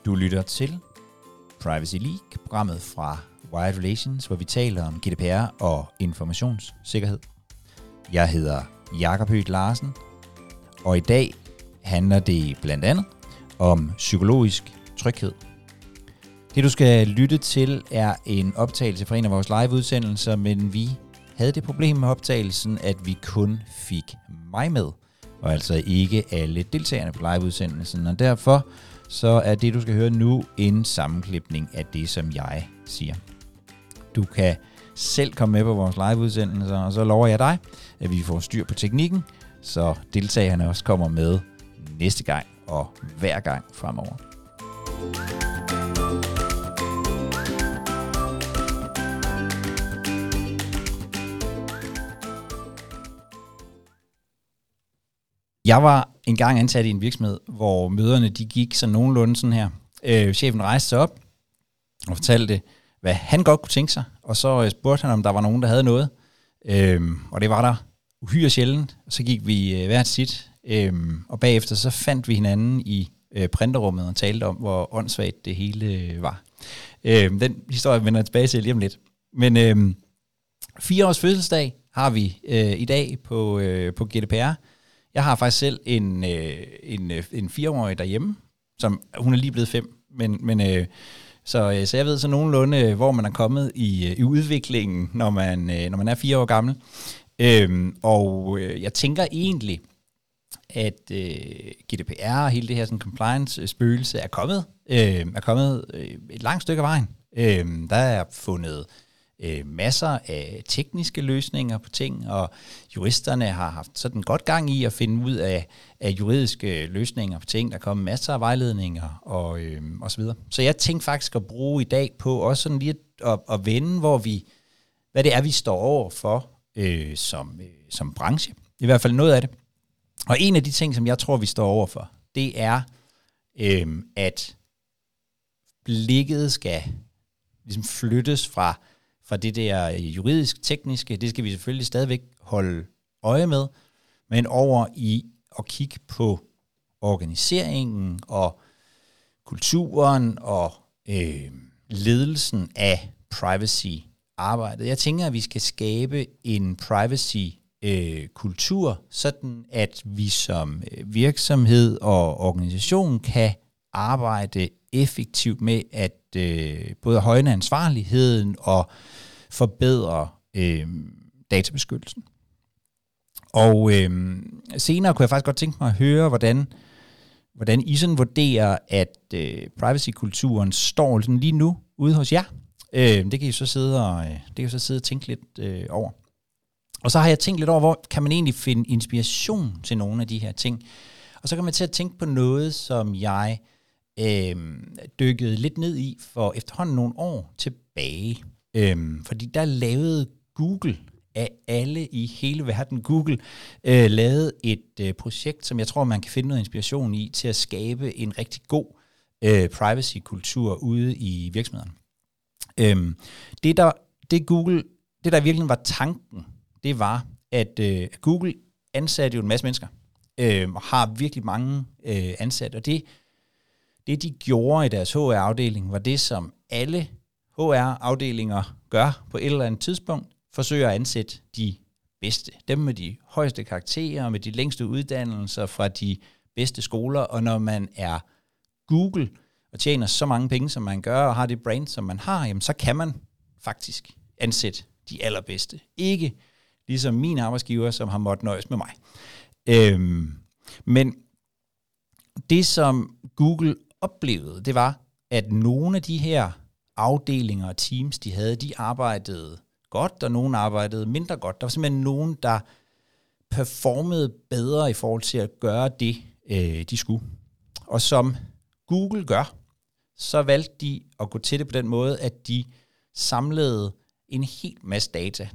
Du lytter til Privacy League, programmet fra Wired Relations, hvor vi taler om GDPR og informationssikkerhed. Jeg hedder Jakob Høgh Larsen, og i dag handler det blandt andet om psykologisk tryghed. Det du skal lytte til er en optagelse fra en af vores live-udsendelser, men vi havde det problem med optagelsen, at vi kun fik mig med, og altså ikke alle deltagerne på live-udsendelsen, og derfor så er det, du skal høre nu, en sammenklipning af det, som jeg siger. Du kan selv komme med på vores live-udsendelser, og så lover jeg dig, at vi får styr på teknikken, så deltagerne også kommer med næste gang og hver gang fremover. Jeg var engang ansat i en virksomhed, hvor møderne de gik så nogenlunde sådan her. Chefen rejste sig op og fortalte, hvad han godt kunne tænke sig, og så spurgte han, om der var nogen, der havde noget. Og det var der uhyre sjældent. Så gik vi hvert sit, og bagefter så fandt vi hinanden i printerrummet og talte om, hvor åndssvagt det hele var. Den historie vender jeg tilbage til lige om lidt. Men 4 års fødselsdag har vi i dag på GDPR. Jeg har faktisk selv en 4-årig derhjemme, som hun er lige blevet 5, så jeg ved så nogenlunde, hvor man er kommet i udviklingen, når man er 4 år gammel. Og jeg tænker egentlig, at GDPR og hele det her sådan compliance-spøgelse er kommet et langt stykke af vejen. Der er fundet masser af tekniske løsninger på ting, og juristerne har haft sådan godt gang i at finde ud af juridiske løsninger på ting. Der er kommet masser af vejledninger og så videre. Så jeg tænkte faktisk at bruge i dag på også sådan lige at vende, hvad det er, vi står over for som branche. I hvert fald noget af det. Og en af de ting, som jeg tror, vi står over for, det er, at blikket skal ligesom flyttes fra det der juridisk-tekniske, det skal vi selvfølgelig stadigvæk holde øje med, men over i at kigge på organiseringen og kulturen og ledelsen af privacy-arbejdet. Jeg tænker, at vi skal skabe en privacy-kultur, sådan at vi som virksomhed og organisation kan arbejde effektivt med at både højne ansvarligheden og forbedre databeskyttelsen. Og senere kunne jeg faktisk godt tænke mig at høre, hvordan I sådan vurderer, at privacy-kulturen står sådan lige nu ude hos jer. Det kan I så sidde og tænke lidt over. Og så har jeg tænkt lidt over, hvor kan man egentlig finde inspiration til nogle af de her ting. Og så kan man til at tænke på noget, som jeg dykkede lidt ned i for efterhånden nogle år tilbage. Fordi der lavede Google af alle i hele verden. Google lavede et projekt, som jeg tror, man kan finde noget inspiration i, til at skabe en rigtig god privacy-kultur ude i virksomhederne. Det der virkelig var tanken, det var, at Google ansatte jo en masse mennesker, og har virkelig mange ansatte, og det de gjorde i deres HR-afdeling, var det, som alle HR-afdelinger gør på et eller andet tidspunkt, forsøger at ansætte de bedste. Dem med de højeste karakterer, med de længste uddannelser fra de bedste skoler, og når man er Google og tjener så mange penge, som man gør, og har det brand, som man har, jamen, så kan man faktisk ansætte de allerbedste. Ikke ligesom min arbejdsgiver, som har måttet nøjes med mig. Men det, som Google oplevede, det var, at nogle af de her afdelinger og teams, de arbejdede godt, og nogle arbejdede mindre godt. Der var simpelthen nogen, der performede bedre i forhold til at gøre det, de skulle. Og som Google gør, så valgte de at gå til det på den måde, at de samlede en hel masse data.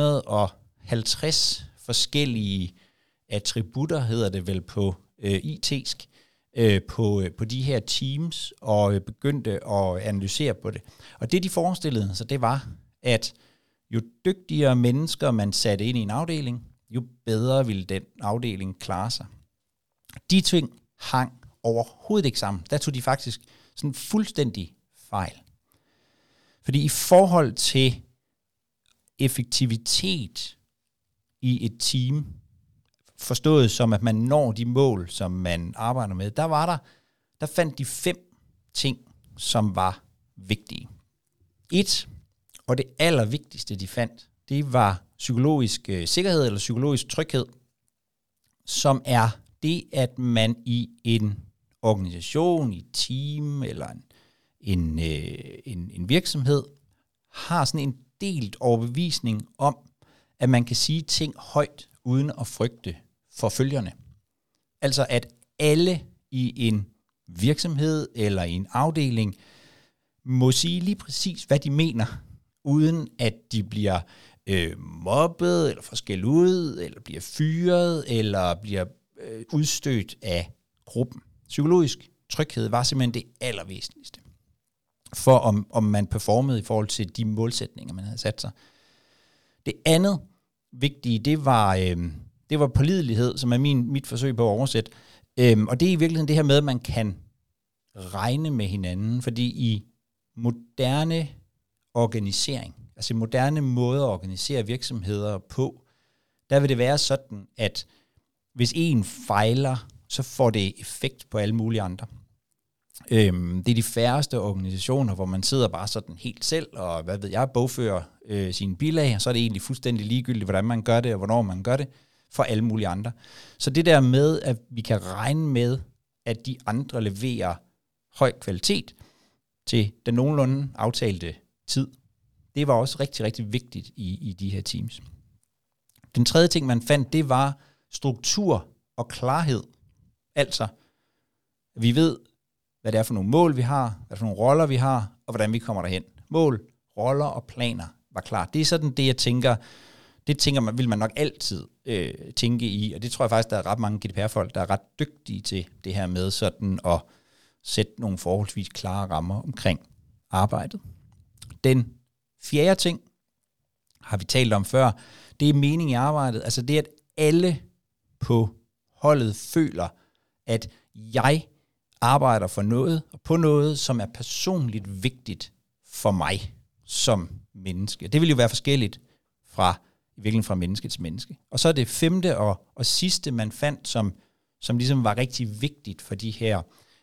250 forskellige attributter, hedder det vel på IT-sk, på de her teams, og begyndte at analysere på det. Og det, de forestillede sig, det var, at jo dygtigere mennesker man satte ind i en afdeling, jo bedre ville den afdeling klare sig. De ting hang overhovedet ikke sammen. Der tog de faktisk sådan fuldstændig fejl. Fordi i forhold til effektivitet i et team, forstået som, at man når de mål, som man arbejder med, der fandt de 5 ting, som var vigtige. 1, og det allervigtigste, de fandt, det var psykologisk sikkerhed eller psykologisk tryghed, som er det, at man i en organisation, i et team eller en virksomhed har sådan en delt overbevisning om, at man kan sige ting højt, uden at frygte forfølgerne. Altså at alle i en virksomhed eller i en afdeling må sige lige præcis, hvad de mener, uden at de bliver mobbet, eller får skæld ud, eller bliver fyret, eller bliver udstødt af gruppen. Psykologisk tryghed var simpelthen det allervæsentligste for, om man performede i forhold til de målsætninger, man havde sat sig. Det andet vigtige, det var pålidelighed, som er mit forsøg på at oversætte. Og det er i virkeligheden det her med, at man kan regne med hinanden, fordi i moderne organisering, altså moderne måder at organisere virksomheder på, der vil det være sådan, at hvis en fejler, så får det effekt på alle mulige andre. Det er de færreste organisationer, hvor man sidder bare sådan helt selv, og hvad ved jeg, bogfører sine bilag, og så er det egentlig fuldstændig ligegyldigt, hvordan man gør det, og hvornår man gør det, for alle mulige andre. Så det der med, at vi kan regne med, at de andre leverer høj kvalitet til den nogenlunde aftalte tid, det var også rigtig, rigtig vigtigt i de her teams. Den tredje ting, man fandt, det var struktur og klarhed. Altså, vi ved, hvad det er for nogle mål, vi har, hvad det er for nogle roller, vi har, og hvordan vi kommer derhen. Mål, roller og planer var klar. Det er sådan det, jeg tænker, vil man nok altid tænke i, og det tror jeg faktisk, der er ret mange GDPR-folk, der er ret dygtige til det her med sådan at sætte nogle forholdsvis klare rammer omkring arbejdet. Den fjerde ting, har vi talt om før, det er mening i arbejdet. Altså det, at alle på holdet føler, at jeg arbejder for noget, og på noget, som er personligt vigtigt for mig som menneske. Det vil jo være forskelligt i virkeligheden fra menneske til menneske. Og så er det femte og sidste, man fandt, som ligesom var rigtig vigtigt for de her,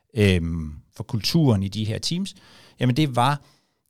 for kulturen i de her teams, jamen det var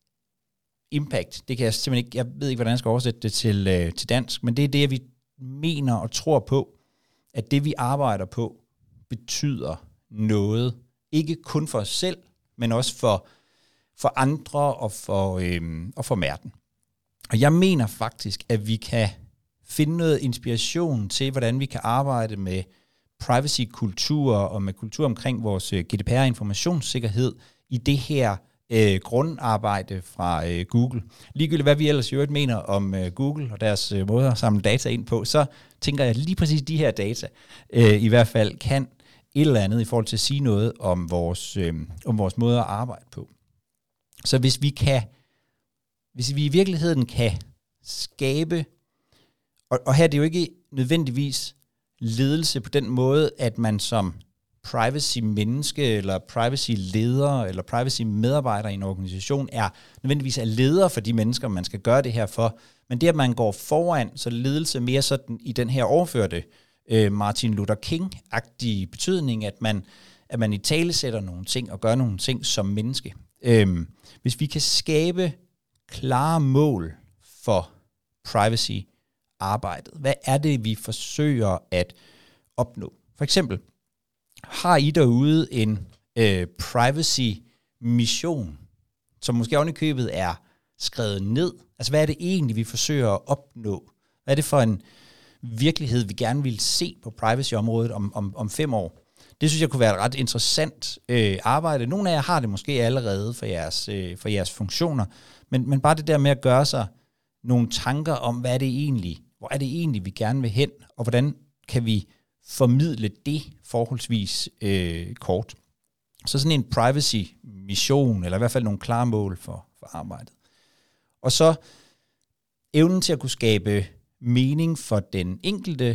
impact. Det kan jeg simpelthen ikke, jeg ved ikke, hvordan jeg skal oversætte det til dansk, men det er det, vi mener og tror på, at det, vi arbejder på, betyder noget. Ikke kun for os selv, men også for andre og for verden. Og jeg mener faktisk, at vi kan finde noget inspiration til, hvordan vi kan arbejde med privacy-kultur og med kultur omkring vores GDPR-informationssikkerhed i det her grundarbejde fra Google. Ligegyldigt hvad vi ellers i øvrigt mener om Google og deres måde at samle data ind på, så tænker jeg, at lige præcis de her data i hvert fald kan et eller andet i forhold til at sige noget om vores måde at arbejde på. Så hvis vi i virkeligheden kan skabe, og her er det jo ikke nødvendigvis ledelse på den måde, at man som privacy-menneske, eller privacy-leder, eller privacy-medarbejder i en organisation nødvendigvis er leder for de mennesker, man skal gøre det her for. Men det, at man går foran, så ledelse mere sådan i den her overførte Martin Luther King-agtige betydning, at man i tale sætter nogle ting og gør nogle ting som menneske. Hvis vi kan skabe klare mål for privacy-arbejdet, hvad er det, vi forsøger at opnå? For eksempel, har I derude en privacy-mission, som måske oven i købet er skrevet ned? Altså, hvad er det egentlig, vi forsøger at opnå? Hvad er det for en virkelighed, vi gerne vil se på privacy-området om 5 år? Det synes jeg kunne være et ret interessant arbejde. Nogle af jer har det måske allerede for jeres funktioner, men bare det der med at gøre sig nogle tanker om, hvor er det egentlig, vi gerne vil hen, og hvordan kan vi formidle det forholdsvis kort. Så sådan en privacy-mission, eller i hvert fald nogle klare mål for arbejdet. Og så evnen til at kunne skabe mening for den enkelte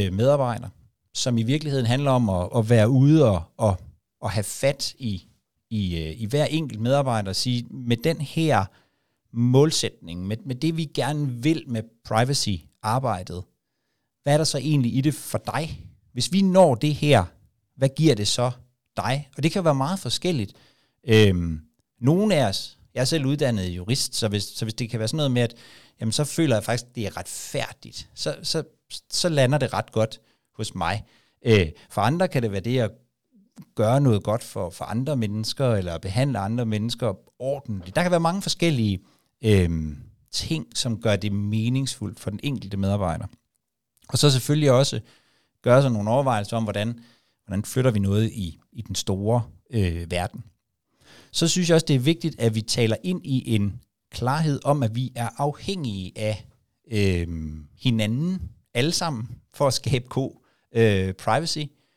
medarbejder, som i virkeligheden handler om at være ude og have fat i i hver enkelt medarbejder og sige, med den her målsætning, med det vi gerne vil med privacy-arbejdet, hvad er der så egentlig i det for dig? Hvis vi når det her, hvad giver det så dig? Og det kan være meget forskelligt. Nogle af os, jeg er selv uddannet jurist, så hvis det kan være sådan noget med, at jamen, så føler jeg faktisk, at det er retfærdigt, så lander det ret godt hos mig. For andre kan det være det at gøre noget godt for andre mennesker, eller behandle andre mennesker ordentligt. Der kan være mange forskellige ting, som gør det meningsfuldt for den enkelte medarbejder. Og så selvfølgelig også gøre sig nogle overvejelser om, hvordan flytter vi noget i den store verden. Så synes jeg også, det er vigtigt, at vi taler ind i en klarhed om, at vi er afhængige af hinanden, alle sammen, for at skabe god privacy.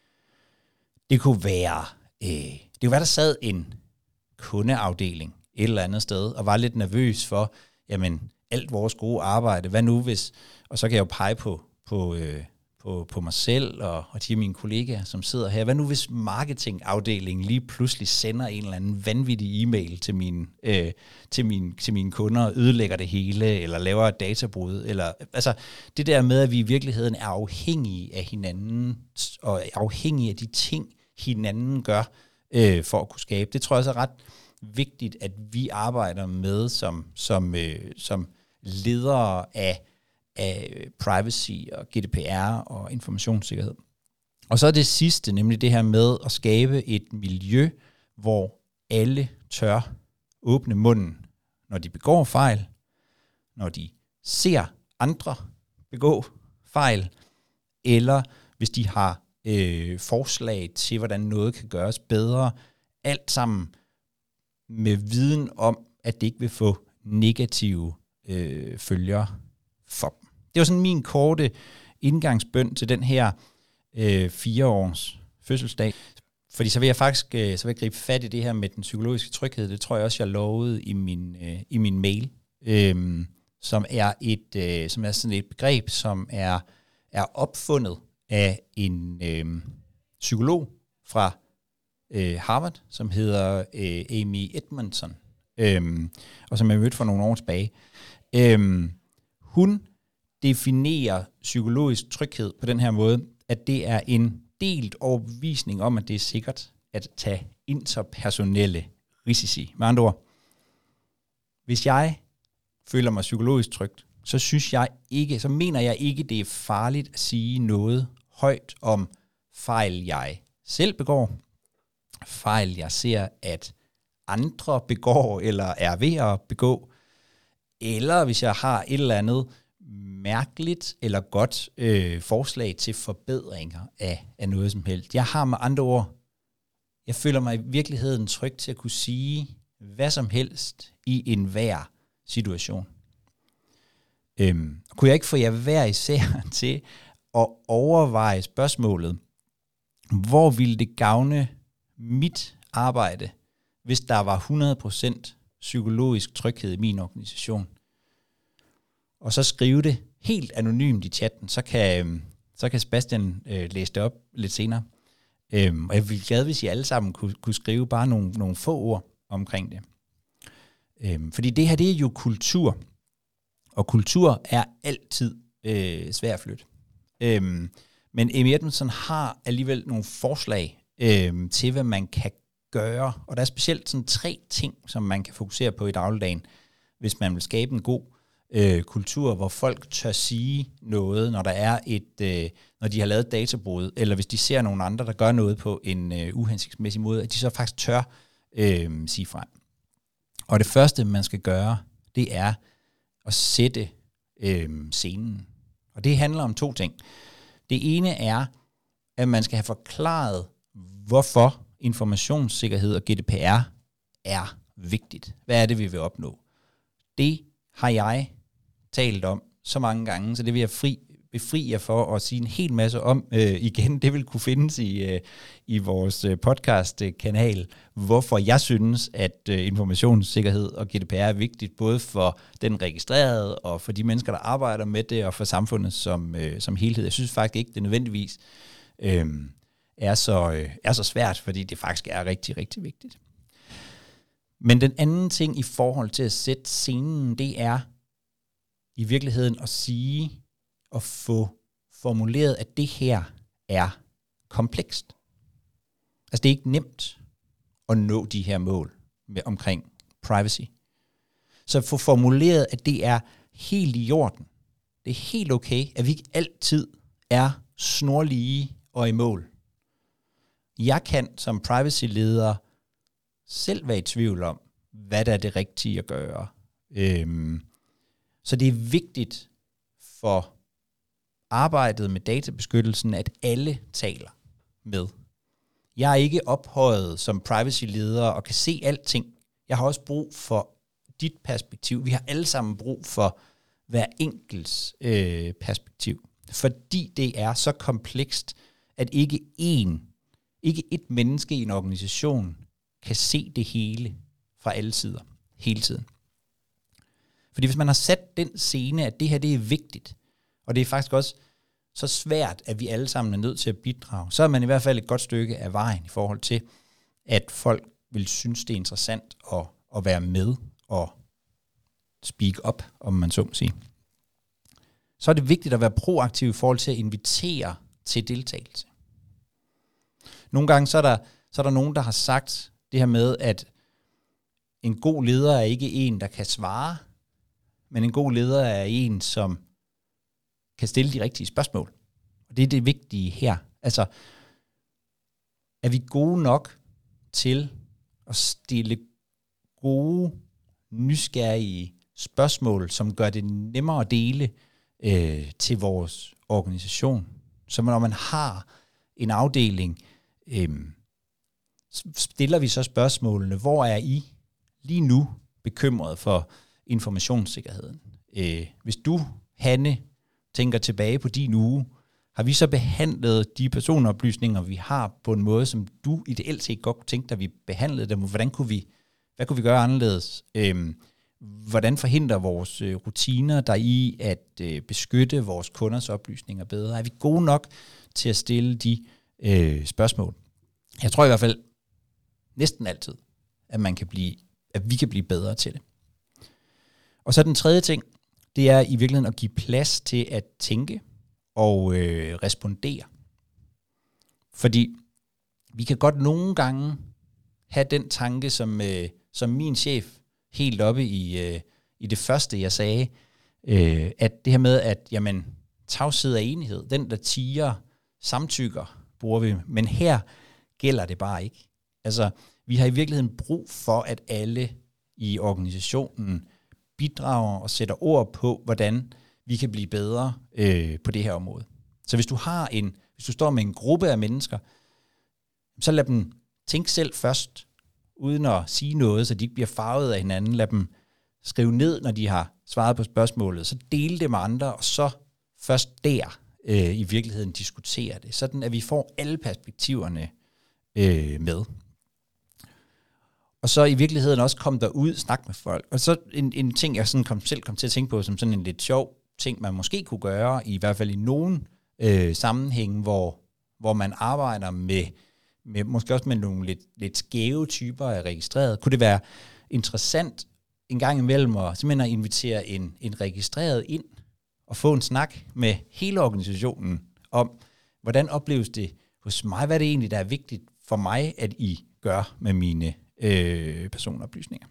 Det kunne være, der sad en kundeafdeling et eller andet sted, og var lidt nervøs for, jamen, alt vores gode arbejde, hvad nu hvis, og så kan jeg jo pege på mig selv og de af mine kollegaer, som sidder her. Hvad nu hvis marketingafdelingen lige pludselig sender en eller anden vanvittig e-mail til mine kunder og ødelægger det hele, eller laver et databrud, eller altså det der med, at vi i virkeligheden er afhængige af hinanden, og afhængige af de ting, hinanden gør for at kunne skabe. Det tror jeg også er ret vigtigt, at vi arbejder med som ledere af privacy og GDPR og informationssikkerhed. Og så er det sidste, nemlig det her med at skabe et miljø, hvor alle tør åbne munden, når de begår fejl, når de ser andre begå fejl, eller hvis de har forslag til, hvordan noget kan gøres bedre, alt sammen med viden om, at det ikke vil få negative følger for dem. Det var sådan min korte indgangsbøn til den her 4-års fødselsdag. Fordi så vil jeg faktisk gribe fat i det her med den psykologiske tryghed. Det tror jeg også, jeg lovede i min mail, som er sådan et begreb, som er opfundet af en psykolog fra Harvard, som hedder Amy Edmondson, og som jeg mødte for nogle år tilbage. Hun definerer psykologisk tryghed på den her måde, at det er en delt overbevisning om, at det er sikkert at tage interpersonelle risici. Med andre ord, hvis jeg føler mig psykologisk trygt, så mener jeg ikke, det er farligt at sige noget højt om fejl, jeg selv begår, fejl, jeg ser, at andre begår eller er ved at begå, eller hvis jeg har et eller andet mærkeligt eller godt forslag til forbedringer af noget som helst. Jeg har med andre ord, jeg føler mig i virkeligheden tryg til at kunne sige hvad som helst i enhver situation. Kunne jeg ikke få jer hver især til at overveje spørgsmålet, hvor ville det gavne mit arbejde, hvis der var 100% psykologisk tryghed i min organisation? Og så skrive det helt anonymt i chatten, så kan Sebastian læse det op lidt senere. Og jeg vil glad, hvis I alle sammen kunne skrive bare nogle få ord omkring det. Fordi det her, det er jo kultur, og kultur er altid svær at flytte. Men Amy Edmondson har alligevel nogle forslag til, hvad man kan gøre, og der er specielt sådan 3 ting, som man kan fokusere på i dagligdagen, hvis man vil skabe en god kultur, hvor folk tør sige noget, når der er når de har lavet databrud, eller hvis de ser nogle andre, der gør noget på en uhensigtsmæssig måde, at de så faktisk tør sige frem. Og det første, man skal gøre, det er at sætte scenen. Og det handler om 2 ting. Det ene er, at man skal have forklaret, hvorfor informationssikkerhed og GDPR er vigtigt. Hvad er det, vi vil opnå? Det har jeg talt om så mange gange, så det vil jeg befri jer for at sige en hel masse om igen. Det vil kunne findes i vores podcast-kanal, hvorfor jeg synes, at informationssikkerhed og GDPR er vigtigt, både for den registrerede og for de mennesker, der arbejder med det, og for samfundet som helhed. Jeg synes faktisk ikke, det nødvendigvis er så svært, fordi det faktisk er rigtig, rigtig vigtigt. Men den anden ting i forhold til at sætte scenen, det er i virkeligheden at sige og få formuleret, at det her er komplekst. Altså det er ikke nemt at nå de her mål omkring privacy. Så få formuleret, at det er helt i orden. Det er helt okay, at vi ikke altid er snorlige og i mål. Jeg kan som privacy-leder selv være i tvivl om, hvad der er det rigtige at gøre. Så det er vigtigt for arbejdet med databeskyttelsen, at alle taler med. Jeg er ikke ophøjet som privacy-leder og kan se alting. Jeg har også brug for dit perspektiv. Vi har alle sammen brug for hver enkelts perspektiv. Fordi det er så komplekst, at ikke et menneske i en organisation kan se det hele fra alle sider, hele tiden. Fordi hvis man har sat den scene, at det her det er vigtigt, og det er faktisk også så svært, at vi alle sammen er nødt til at bidrage, så er man i hvert fald et godt stykke af vejen i forhold til, at folk vil synes, det er interessant at være med og speak up, om man så må sige. Så er det vigtigt at være proaktiv i forhold til at invitere til deltagelse. Nogle gange så er der nogen, der har sagt det her med, at en god leder er ikke en, der kan svare, men en god leder er en, som kan stille de rigtige spørgsmål. Og det er det vigtige her. Altså, er vi gode nok til at stille gode, nysgerrige spørgsmål, som gør det nemmere at dele til vores organisation? Så når man har en afdeling, stiller vi så spørgsmålene, hvor er I lige nu bekymret for informationssikkerheden? Hvis du, Hanne, tænker tilbage på din uge, har vi så behandlet de personoplysninger, vi har, på en måde, som du ideelt set godt tænkte, at vi behandlede dem? Hvad kunne vi gøre anderledes? Hvordan forhindrer vores rutiner der i at beskytte vores kunders oplysninger bedre? Er vi gode nok til at stille de spørgsmål? Jeg tror i hvert fald næsten altid, at vi kan blive bedre til det. Og så den tredje ting, det er i virkeligheden at give plads til at tænke og respondere. Fordi vi kan godt nogle gange have den tanke, som min chef helt oppe i det første, jeg sagde, at det her med, at jamen, tavshed er enighed, den der tiger, samtykker, bruger vi, men her gælder det bare ikke. Altså, vi har i virkeligheden brug for, at alle i organisationen bidrager og sætter ord på, hvordan vi kan blive bedre på det her område. Så hvis du står med en gruppe af mennesker, så lad dem tænke selv først, uden at sige noget, så de ikke bliver farvet af hinanden. Lad dem skrive ned, når de har svaret på spørgsmålet. Så dele det med andre, og så først der i virkeligheden diskutere det, sådan at vi får alle perspektiverne med. Og så i virkeligheden også komme derud, snakke med folk. Og så en ting, jeg sådan selv kom til at tænke på, som sådan en lidt sjov ting, man måske kunne gøre, i hvert fald i nogen sammenhænge, hvor man arbejder med måske også med nogle lidt skæve typer af registreret. Kunne det være interessant en gang imellem at simpelthen at invitere en registreret ind og få en snak med hele organisationen om, hvordan opleves det hos mig? Hvad er det egentlig, der er vigtigt for mig, at I gør med mine personoplysninger?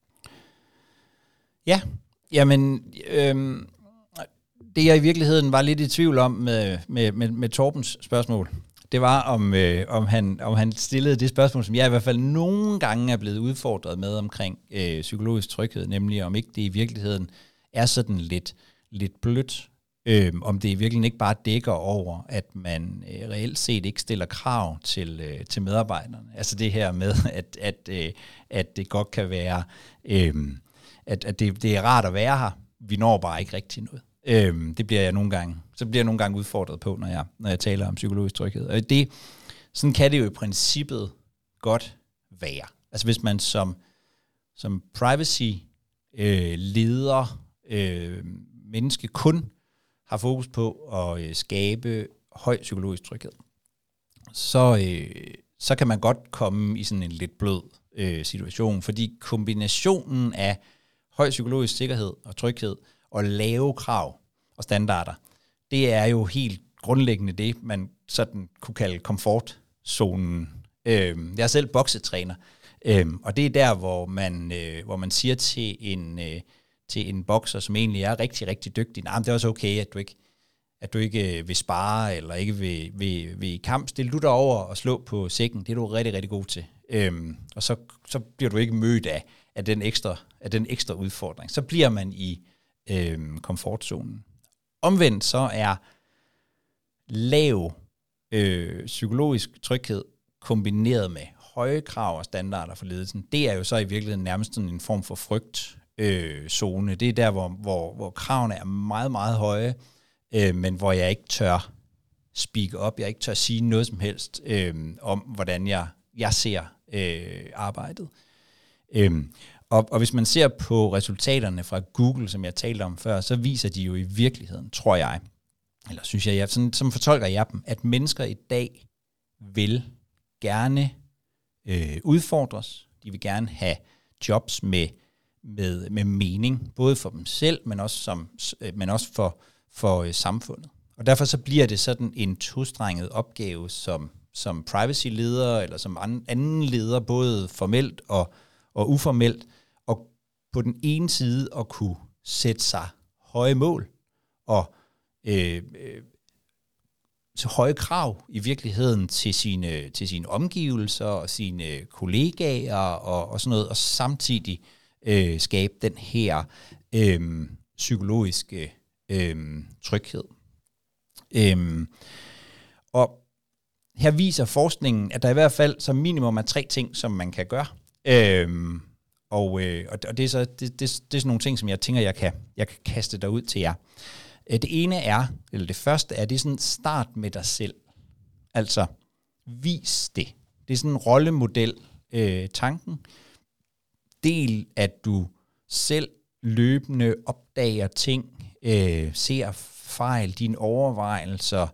Ja, jamen, det jeg i virkeligheden var lidt i tvivl om med Torbens spørgsmål, det var, om han stillede det spørgsmål, som jeg i hvert fald nogle gange er blevet udfordret med omkring psykologisk tryghed, nemlig om ikke det i virkeligheden er sådan lidt blødt, om det i virkeligheden ikke bare dækker over, at man reelt set ikke stiller krav til medarbejderne. Altså det her med, at det godt kan være, at det er rart at være her, vi når bare ikke rigtig noget. Det bliver jeg nogle gange udfordret på, når jeg taler om psykologisk tryghed. Og sådan kan det jo i princippet godt være. Altså hvis man som privacy leder menneske kun har fokus på at skabe høj psykologisk tryghed, så kan man godt komme i sådan en lidt blød situation, fordi kombinationen af høj psykologisk sikkerhed og tryghed og lave krav og standarder, det er jo helt grundlæggende det, man sådan kunne kalde komfortzonen. Jeg er selv boksetræner, og det er der, hvor man siger til en bokser, som egentlig er rigtig, rigtig dygtig, nej, det er også okay, at du ikke vil spare, eller ikke vil i kamp. Stil du dig over og slå på sækken, det er du rigtig, rigtig god til. Og så bliver du ikke mødt af den ekstra udfordring. Så bliver man i komfortzonen. Omvendt så er lav psykologisk tryghed kombineret med høje krav og standarder for ledelsen, det er jo så i virkeligheden nærmest sådan en form for frygtzone. Det er der, hvor kravene er meget, meget høje, men hvor jeg ikke tør speak up, jeg ikke tør sige noget som helst om, hvordan jeg ser arbejdet. Og hvis man ser på resultaterne fra Google, som jeg talte om før, så viser de jo i virkeligheden, tror jeg, eller synes jeg, sådan, som fortolker jeg dem, at mennesker i dag vil gerne udfordres. De vil gerne have jobs med mening, både for dem selv, men også for samfundet. Og derfor så bliver det sådan en tostrenget opgave som privacy-leder, eller som anden leder, både formelt og uformelt, og på den ene side at kunne sætte sig høje mål, og så høje krav i virkeligheden til sine omgivelser og sine kollegaer og sådan noget, og samtidig skabe den her psykologiske tryghed. Og her viser forskningen, at der i hvert fald som minimum er 3 ting, som man kan gøre. Og det er sådan nogle ting, som jeg tænker, jeg kan kaste derud til jer. Det ene er, eller det første er, det er sådan start med dig selv. Altså, vis det. Det er sådan en rollemodel tanken. Del, at du selv løbende opdager ting, ser fejl, dine overvejelser.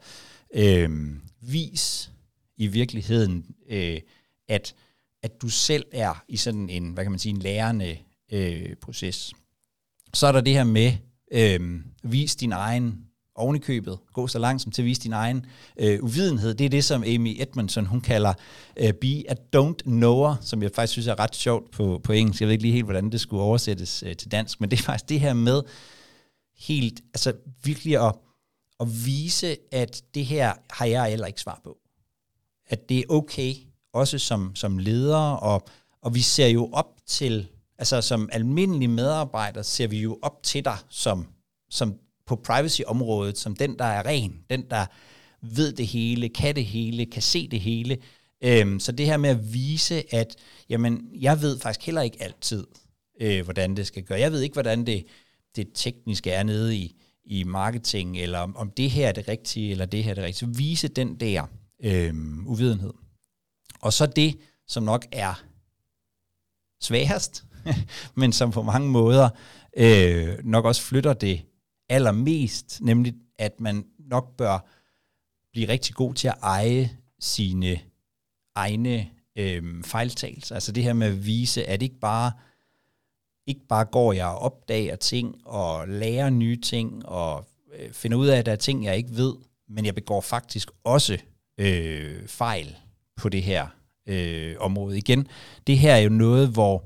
Vis i virkeligheden, at du selv er i sådan en, hvad kan man sige, en lærende proces. Så er der det her med, vis din egen ovenikøbet, gå så langsomt til at vise din egen uvidenhed. Det er det, som Amy Edmondson, hun kalder be a don't knower, som jeg faktisk synes er ret sjovt på engelsk. Jeg ved ikke lige helt, hvordan det skulle oversættes til dansk, men det er faktisk det her med helt, altså virkelig at vise, at det her har jeg heller ikke svar på. At det er okay, også som leder, og vi ser jo op til, altså som almindelige medarbejdere, ser vi jo op til dig som på privacy-området, som den, der er ren, den, der ved det hele, kan det hele, kan se det hele. Så det her med at vise, at jamen, jeg ved faktisk heller ikke altid, hvordan det skal gøre. Jeg ved ikke, hvordan det tekniske er nede i marketing, eller om det her er det rigtige, eller det her er det rigtige. Så vise den der uvidenhed. Og så det, som nok er sværest, men som på mange måder nok også flytter det allermest, nemlig at man nok bør blive rigtig god til at eje sine egne fejltagelser. Altså det her med at vise, at ikke bare går jeg og opdager ting og lærer nye ting og finder ud af, at der er ting, jeg ikke ved, men jeg begår faktisk også fejl på det her område. Igen, det her er jo noget, hvor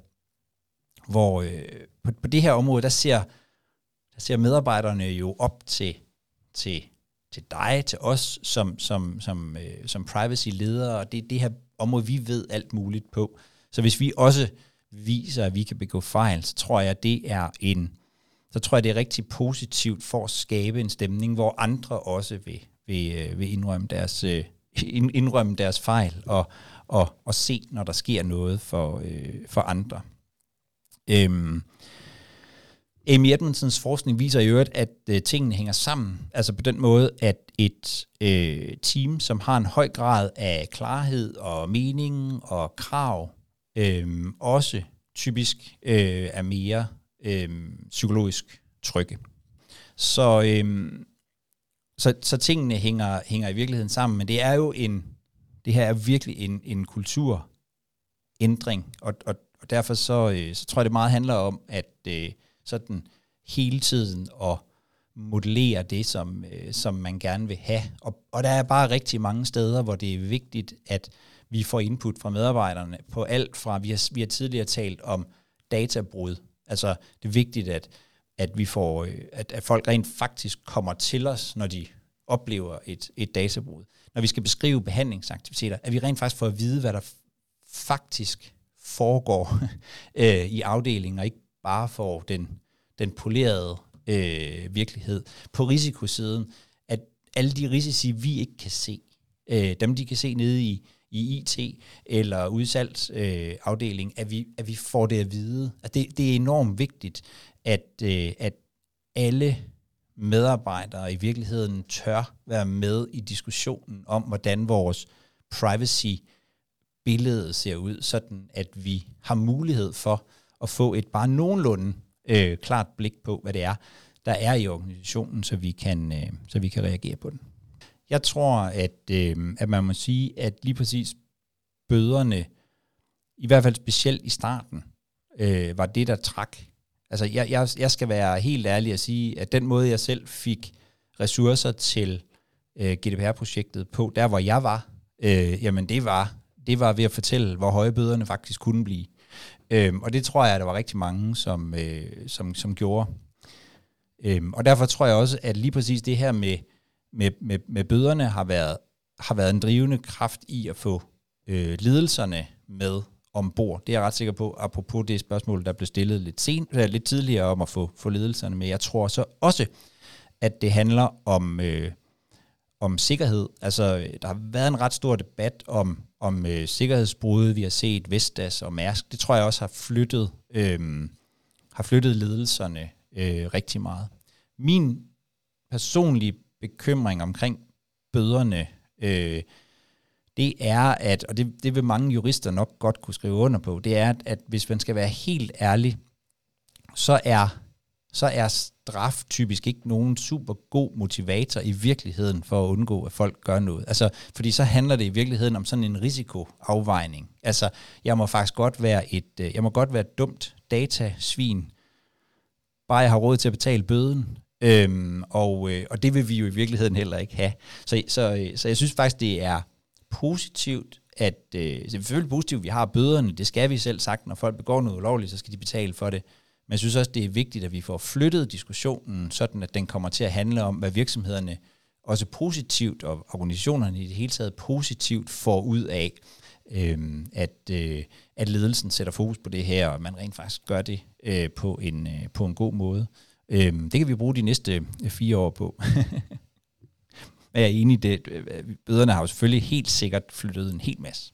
på det her område, der ser medarbejderne jo op til dig, til os som privacy-ledere, og det er det her område, vi ved alt muligt på. Så hvis vi også viser, at vi kan begå fejl, så tror jeg, det er rigtig positivt for at skabe en stemning, hvor andre også vil indrømme deres fejl og se, når der sker noget for andre. Amy Edmondsons forskning viser i øvrigt, at tingene hænger sammen. Altså på den måde, at et team, som har en høj grad af klarhed og mening og krav, også typisk er mere psykologisk trygge. Så tingene hænger i virkeligheden sammen, men det er jo det her er virkelig en kultur ændring, og derfor så tror jeg, det meget handler om, at sådan hele tiden at modellere det, som man gerne vil have. Og der er bare rigtig mange steder, hvor det er vigtigt, at vi får input fra medarbejderne på alt fra, vi har tidligere talt om databrud. Altså det er vigtigt, at vi får, at folk rent faktisk kommer til os, når de oplever et databrud. Når vi skal beskrive behandlingsaktiviteter, at vi rent faktisk får at vide, hvad der faktisk foregår i afdelingen, og ikke bare får den polerede virkelighed. På risikosiden, at alle de risici, vi ikke kan se, dem de kan se nede i IT eller udsalgsafdelingen, at vi får det at vide. At det er enormt vigtigt, at alle medarbejdere i virkeligheden tør være med i diskussionen om, hvordan vores privacy-billede ser ud, sådan at vi har mulighed for at få et bare nogenlunde klart blik på, hvad det er, der er i organisationen, så vi kan reagere på den. Jeg tror, at man må sige, at lige præcis bøderne, i hvert fald specielt i starten, var det, der trak. Altså, jeg skal være helt ærlig at sige, at den måde, jeg selv fik ressourcer til GDPR-projektet på, der hvor jeg var, jamen det var ved at fortælle, hvor høje bøderne faktisk kunne blive. Og det tror jeg, der var rigtig mange, som gjorde. Og derfor tror jeg også, at lige præcis det her med bøderne har været en drivende kraft i at få ledelserne med ombord. Det er jeg ret sikker på, apropos det spørgsmål, der blev stillet lidt tidligere om at få ledelserne med. Jeg tror så også, at det handler om sikkerhed. Altså, der har været en ret stor debat om sikkerhedsbrud. Vi har set Vestas og Mærsk. Det tror jeg også har flyttet ledelserne rigtig meget. Min personlige bekymring omkring bøderne, det er, at, og det vil mange jurister nok godt kunne skrive under på, det er, at hvis man skal være helt ærlig, så er straf typisk ikke nogen super god motivator i virkeligheden for at undgå, at folk gør noget. Altså, fordi så handler det i virkeligheden om sådan en risikoafvejning. Altså, jeg må faktisk godt være et dumt datasvin, bare jeg har råd til at betale bøden. Og det vil vi jo i virkeligheden heller ikke have. Så jeg synes faktisk, det er positivt, at det er selvfølgelig positivt, at vi har bøderne. Det skal vi selv sagt, når folk begår noget ulovligt, så skal de betale for det. Men jeg synes også, det er vigtigt, at vi får flyttet diskussionen, sådan at den kommer til at handle om, hvad virksomhederne også positivt, og organisationerne i det hele taget positivt får ud af, at ledelsen sætter fokus på det her, og man rent faktisk gør det på en god måde. Det kan vi bruge de næste 4 år på. Jeg er enig i det. Bøderne har jo selvfølgelig helt sikkert flyttet en hel masse.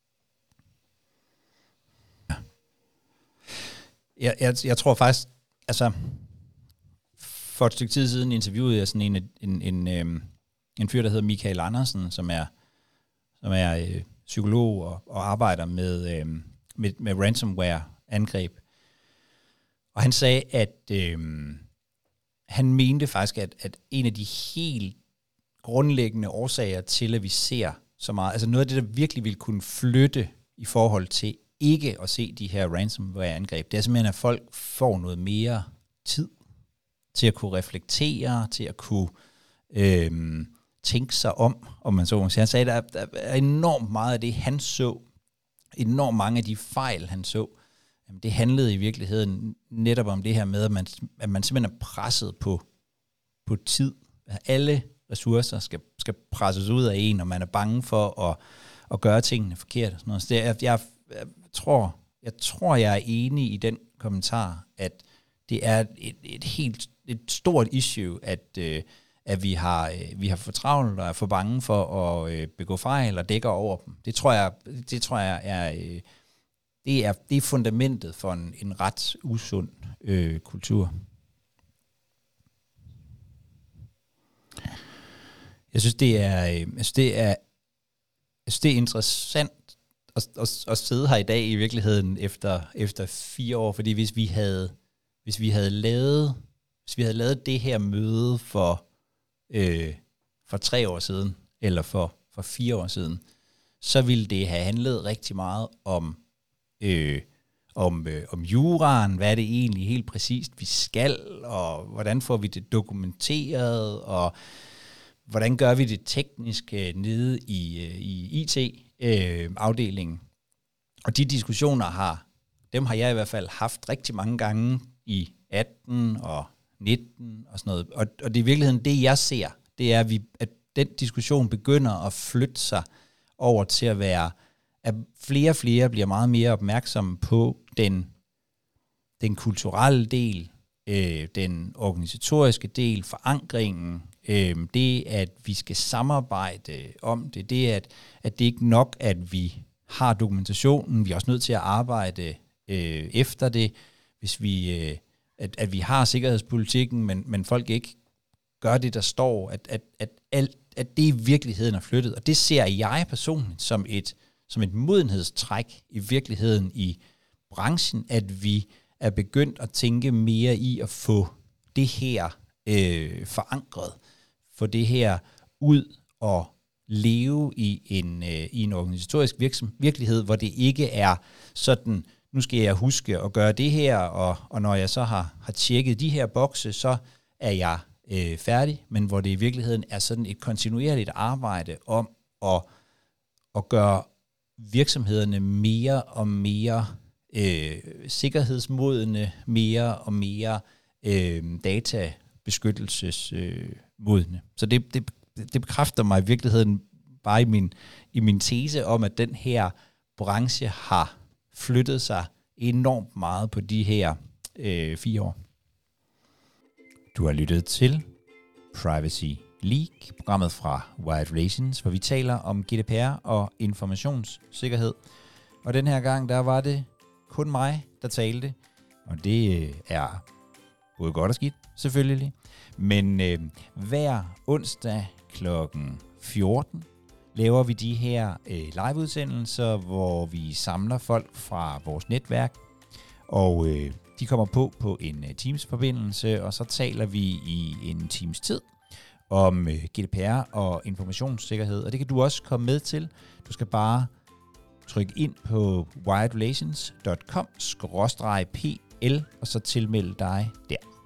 Jeg tror faktisk, altså for et stykke tid siden interviewede jeg sådan en fyr, der hedder Michael Andersen, som er psykolog og arbejder med ransomware-angreb. Og han sagde, at han mente faktisk, at en af de helt grundlæggende årsager til, at vi ser så meget, altså noget af det, der virkelig ville kunne flytte i forhold til ikke at se de her ransomware-angreb, det er simpelthen, at folk får noget mere tid til at kunne reflektere, til at kunne tænke sig om man så må sige. Han sagde, at der er enormt meget af det, han så, enormt mange af de fejl, han så, jamen det handlede i virkeligheden netop om det her med, at man simpelthen er presset på tid. Alle ressourcer skal presses ud af en, og man er bange for at gøre tingene forkert. Og sådan noget. Så jeg tror, jeg er enig i den kommentar, at det er et stort issue, at vi har for travlt og er for bange for at begå fejl og dække over dem. Det tror jeg er det er fundamentet for en ret usund kultur. Jeg synes, det er interessant at sidde her i dag i virkeligheden efter 4 år, fordi hvis vi havde lavet det her møde for 3 år siden, eller for 4 år siden, så ville det have handlet rigtig meget om om juraen, hvad er det egentlig helt præcist, vi skal, og hvordan får vi det dokumenteret, og hvordan gør vi det teknisk nede i IT-afdelingen. Og de diskussioner dem har jeg i hvert fald haft rigtig mange gange i 18 og 19 og sådan noget. Og det er i virkeligheden det, jeg ser, det er, at den diskussion begynder at flytte sig over til at være, at flere og flere bliver meget mere opmærksomme på den kulturelle del, den organisatoriske del, forankringen, det at vi skal samarbejde om det, det at det ikke nok, at vi har dokumentationen, vi er også nødt til at arbejde efter det, hvis vi at vi har sikkerhedspolitikken, men folk ikke gør det, der står, at det i virkeligheden er flyttet. Og det ser jeg personligt som et modenhedstræk i virkeligheden i branchen, at vi er begyndt at tænke mere i at få det her forankret, få det her ud og leve i en organisatorisk virkelighed, hvor det ikke er sådan, nu skal jeg huske at gøre det her, og når jeg så har tjekket de her bokse, så er jeg færdig, men hvor det i virkeligheden er sådan et kontinuerligt arbejde om at gøre virksomhederne mere og mere sikkerhedsmodne, mere og mere databeskyttelsesmodne. Så det bekræfter mig i virkeligheden bare i min tese om, at den her branche har flyttet sig enormt meget på de her 4 år. Du har lyttet til Privacy League, programmet fra Wired Relations, hvor vi taler om GDPR og informationssikkerhed. Og den her gang, der var det kun mig, der talte, og det er både godt og skidt, selvfølgelig. Men hver onsdag kl. 14 laver vi de her liveudsendelser, hvor vi samler folk fra vores netværk, og de kommer på en Teams-forbindelse, og så taler vi i en times tid om GDPR og informationssikkerhed, og det kan du også komme med til. Du skal bare trykke ind på wiredrelations.com/pl, og så tilmelde dig der.